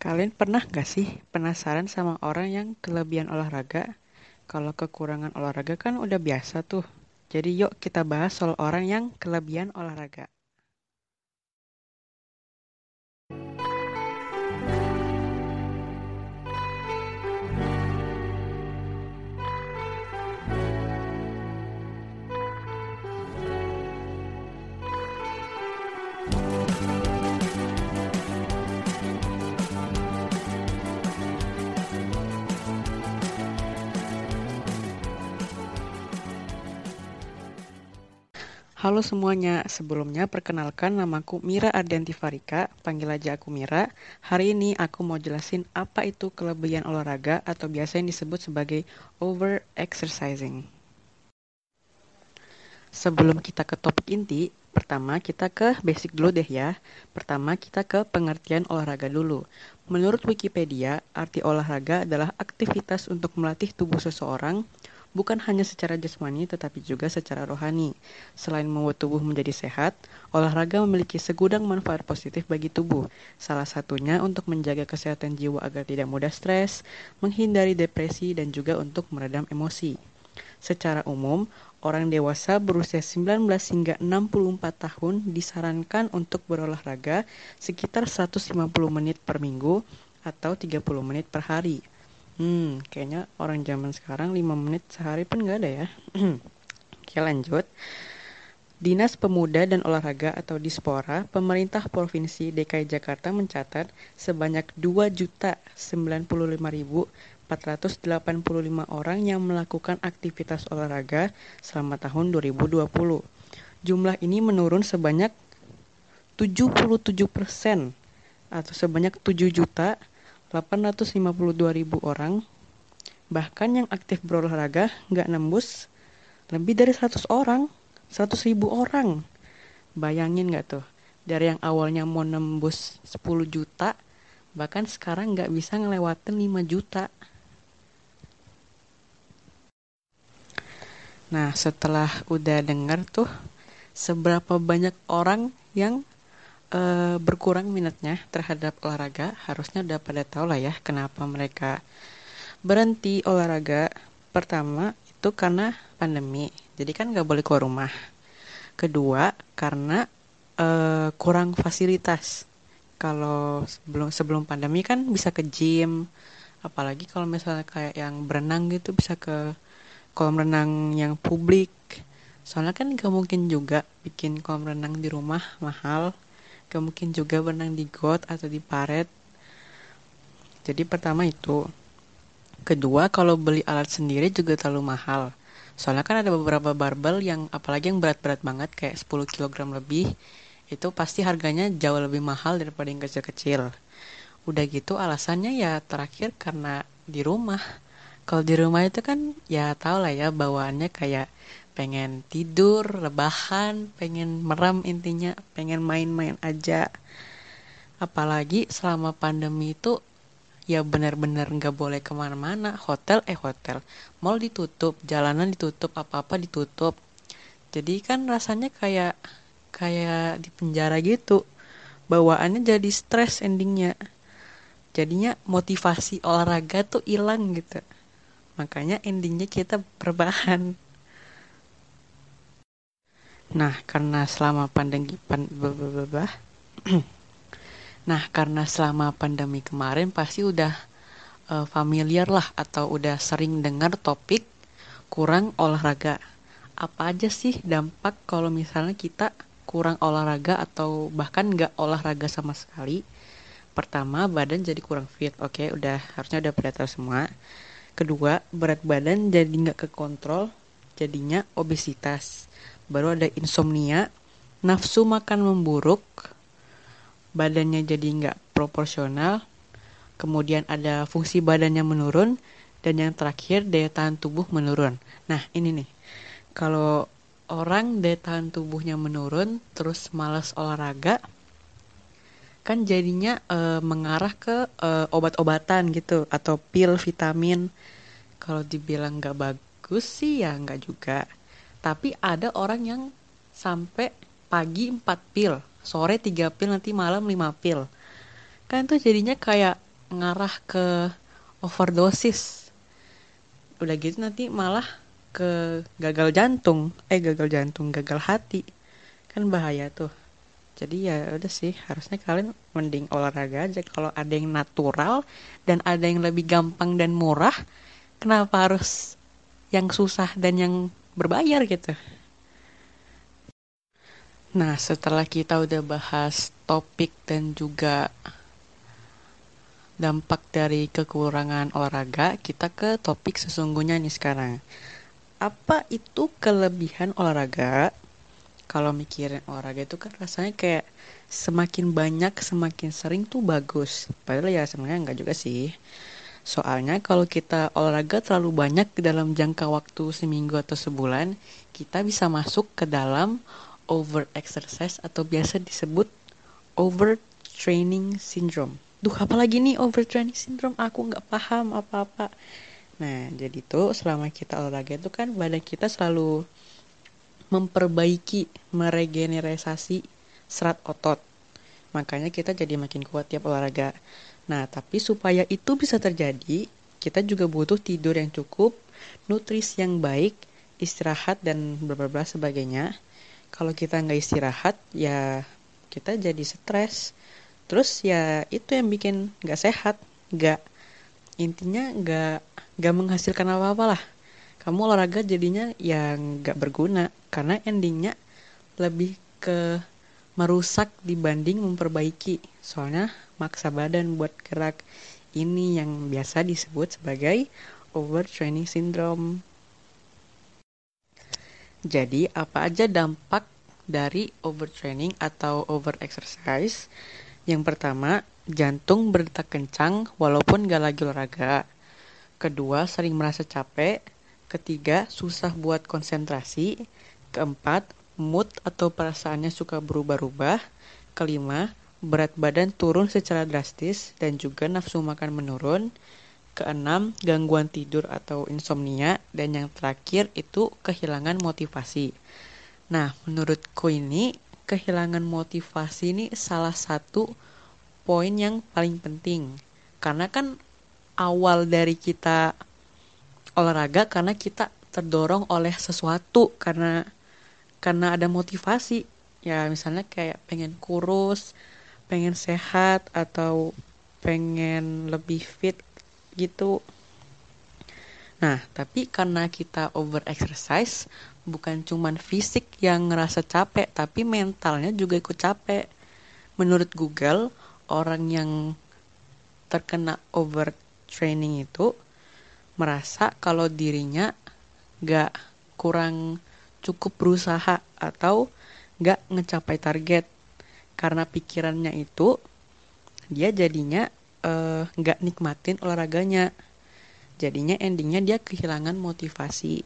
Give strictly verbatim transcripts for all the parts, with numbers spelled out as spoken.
Kalian pernah gak sih penasaran sama orang yang kelebihan olahraga? Kalau kekurangan olahraga kan udah biasa tuh. Jadi yuk kita bahas soal orang yang kelebihan olahraga. Halo semuanya, sebelumnya perkenalkan namaku Mira Ardianti Farika, panggil aja aku Mira. Hari ini aku mau jelasin apa itu kelebihan olahraga atau biasa yang disebut sebagai over exercising. Sebelum kita ke topik inti, pertama kita ke basic dulu deh ya. Pertama kita ke pengertian olahraga dulu. Menurut Wikipedia, arti olahraga adalah aktivitas untuk melatih tubuh seseorang bukan hanya secara jasmani tetapi juga secara rohani. Selain membuat tubuh menjadi sehat, olahraga memiliki segudang manfaat positif bagi tubuh. Salah satunya untuk menjaga kesehatan jiwa agar tidak mudah stres, menghindari depresi dan juga untuk meredam emosi. Secara umum, orang dewasa berusia sembilan belas hingga enam puluh empat tahun disarankan untuk berolahraga sekitar seratus lima puluh menit per minggu atau tiga puluh menit per hari. Hmm, kayaknya orang zaman sekarang lima menit sehari pun nggak ada ya. Oke, lanjut. Dinas Pemuda dan Olahraga atau Dispora, pemerintah Provinsi D K I Jakarta mencatat sebanyak dua juta sembilan puluh lima ribu empat ratus delapan puluh lima orang yang melakukan aktivitas olahraga selama tahun dua ribu dua puluh. Jumlah ini menurun sebanyak tujuh puluh tujuh persen atau sebanyak tujuh juta delapan ratus lima puluh dua ribu orang. Bahkan yang aktif berolahraga nggak nembus lebih dari seratus orang, seratus ribu orang. Bayangin nggak tuh, dari yang awalnya mau nembus sepuluh juta, bahkan sekarang nggak bisa ngelewatin lima juta. Nah, setelah udah denger tuh, seberapa banyak orang yang eh, berkurang minatnya terhadap olahraga, harusnya udah pada tahu lah ya kenapa mereka berhenti olahraga. Pertama, itu karena pandemi. Jadi kan nggak boleh keluar rumah. Kedua, karena eh, kurang fasilitas. Kalau sebelum sebelum pandemi kan bisa ke gym, apalagi kalau misalnya kayak yang berenang gitu bisa ke kolam renang yang publik. Soalnya kan gak mungkin juga bikin kolam renang di rumah mahal, gak mungkin juga berenang di got atau di paret. Jadi pertama itu. Kedua, kalau beli alat sendiri juga terlalu mahal. Soalnya kan ada beberapa barbel yang apalagi yang berat-berat banget kayak sepuluh kilogram lebih, itu pasti harganya jauh lebih mahal daripada yang kecil-kecil. Udah gitu alasannya ya terakhir karena di rumah. Kalau di rumah itu kan ya tau lah ya bawaannya kayak pengen tidur, rebahan, pengen merem intinya, pengen main-main aja. Apalagi selama pandemi itu ya benar-benar nggak boleh kemana-mana. Hotel eh hotel, mall ditutup, jalanan ditutup, apa-apa ditutup. Jadi kan rasanya kayak kayak di penjara gitu. Bawaannya jadi stres endingnya. Jadinya motivasi olahraga tuh hilang gitu. Makanya endingnya kita berbahan. Nah, karena selama pandemi pan, Nah, karena selama pandemi kemarin pasti udah uh, familiar lah atau udah sering dengar topik kurang olahraga. Apa aja sih dampak kalau misalnya kita kurang olahraga atau bahkan nggak olahraga sama sekali? Pertama, badan jadi kurang fit. Oke, udah harusnya udah pada tahu semua. Kedua, berat badan jadi nggak kekontrol, jadinya obesitas. Baru ada insomnia, nafsu makan memburuk, badannya jadi nggak proporsional, kemudian ada fungsi badannya menurun, dan yang terakhir daya tahan tubuh menurun. Nah ini nih, kalau orang daya tahan tubuhnya menurun, terus malas olahraga, kan jadinya e, mengarah ke e, obat-obatan gitu, atau pil vitamin. Kalau dibilang nggak bagus sih ya nggak juga. Tapi ada orang yang sampai pagi empat pil, sore tiga pil, nanti malam lima pil. Kan tuh jadinya kayak ngarah ke overdosis. Udah gitu nanti malah ke gagal jantung, eh gagal jantung, gagal hati. Kan bahaya tuh. Jadi ya udah sih, harusnya kalian mending olahraga aja kalau ada yang natural dan ada yang lebih gampang dan murah. Kenapa harus yang susah dan yang berbayar gitu? Nah, setelah kita udah bahas topik dan juga dampak dari kekurangan olahraga, kita ke topik sesungguhnya nih sekarang. Apa itu kelebihan olahraga? Kalau mikirin olahraga itu kan rasanya kayak semakin banyak, semakin sering tuh bagus. Padahal ya sebenarnya enggak juga sih. Soalnya kalau kita olahraga terlalu banyak di dalam jangka waktu seminggu atau sebulan, kita bisa masuk ke dalam over exercise atau biasa disebut overtraining syndrome. Duh, apalagi nih overtraining syndrome? Aku nggak paham apa-apa. Nah, jadi tuh selama kita olahraga itu kan badan kita selalu memperbaiki, meregenerasi serat otot. Makanya kita jadi makin kuat tiap olahraga. Nah, tapi supaya itu bisa terjadi, kita juga butuh tidur yang cukup, nutrisi yang baik, istirahat, dan bla bla bla sebagainya. Kalau kita nggak istirahat, ya kita jadi stres. Terus ya itu yang bikin nggak sehat, nggak intinya nggak nggak menghasilkan apa-apa lah. Kamu olahraga jadinya yang nggak berguna karena endingnya lebih ke merusak dibanding memperbaiki. Soalnya maksa badan buat gerak. Ini yang biasa disebut sebagai overtraining syndrome. Jadi, apa aja dampak dari overtraining atau overexercise? Yang pertama, jantung berdetak kencang walaupun gak lagi olahraga. Kedua, sering merasa capek. Ketiga, susah buat konsentrasi. Keempat, mood atau perasaannya suka berubah-ubah. Kelima, berat badan turun secara drastis dan juga nafsu makan menurun. Keenam, gangguan tidur atau insomnia. Dan yang terakhir itu kehilangan motivasi. Nah, menurutku ini kehilangan motivasi ini salah satu poin yang paling penting. Karena kan awal dari kita olahraga karena kita terdorong oleh sesuatu karena karena ada motivasi. Ya misalnya kayak pengen kurus, pengen sehat atau pengen lebih fit gitu. Nah, tapi karena kita over exercise, bukan cuman fisik yang ngerasa capek, tapi mentalnya juga ikut capek. Menurut Google, orang yang terkena overtraining itu merasa kalau dirinya gak kurang cukup berusaha atau gak ngecapai target. Karena pikirannya itu, dia jadinya eh, gak nikmatin olahraganya. Jadinya endingnya dia kehilangan motivasi.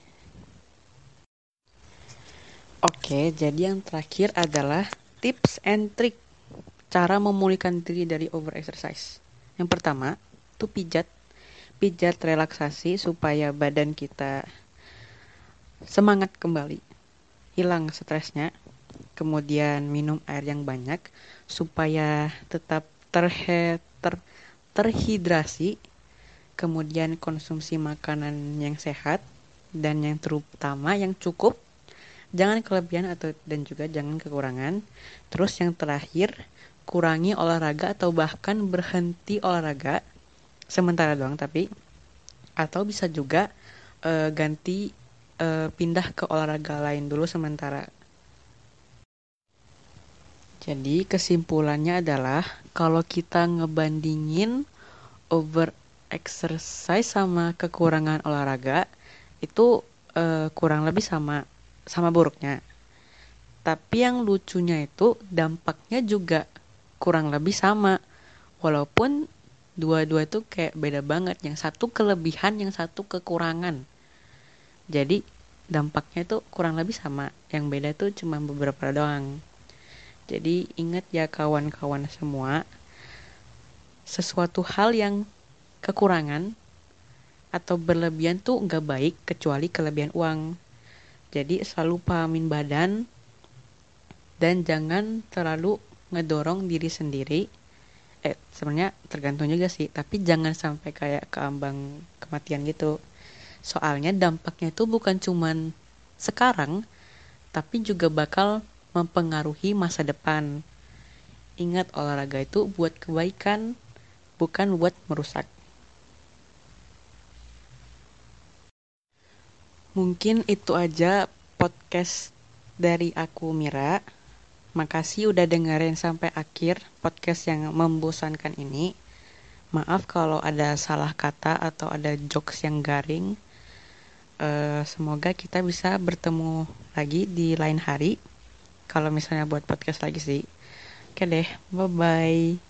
Oke, jadi yang terakhir adalah tips and trick cara memulihkan diri dari over exercise. Yang pertama, tuh pijat. Pijat relaksasi supaya badan kita semangat kembali. Hilang stresnya. Kemudian minum air yang banyak supaya tetap terhe, ter, terhidrasi. Kemudian konsumsi makanan yang sehat dan yang terutama yang cukup. Jangan kelebihan atau dan juga jangan kekurangan. Terus yang terakhir, kurangi olahraga atau bahkan berhenti olahraga sementara doang tapi atau bisa juga uh, ganti uh, pindah ke olahraga lain dulu sementara. Jadi kesimpulannya adalah kalau kita ngebandingin over exercise sama kekurangan olahraga itu uh, kurang lebih sama sama buruknya. Tapi yang lucunya itu dampaknya juga kurang lebih sama. Walaupun dua-dua itu kayak beda banget. Yang satu kelebihan, yang satu kekurangan. Jadi dampaknya itu kurang lebih sama. Yang beda itu cuma beberapa doang. Jadi ingat ya kawan-kawan semua, sesuatu hal yang kekurangan atau berlebihan tuh nggak baik kecuali kelebihan uang. Jadi selalu pahamin badan dan jangan terlalu ngedorong diri sendiri. Eh, Sebenarnya tergantung juga sih, tapi jangan sampai kayak keambang kematian gitu. Soalnya dampaknya itu bukan cuman sekarang, tapi juga bakal mempengaruhi masa depan. Ingat, olahraga itu buat kebaikan, bukan buat merusak. Mungkin itu aja podcast dari aku, Mira. Makasih udah dengerin sampai akhir podcast yang membosankan ini. Maaf kalau ada salah kata atau ada jokes yang garing. Eh, semoga kita bisa bertemu lagi di lain hari. Kalau misalnya buat podcast lagi sih. Oke deh, bye-bye.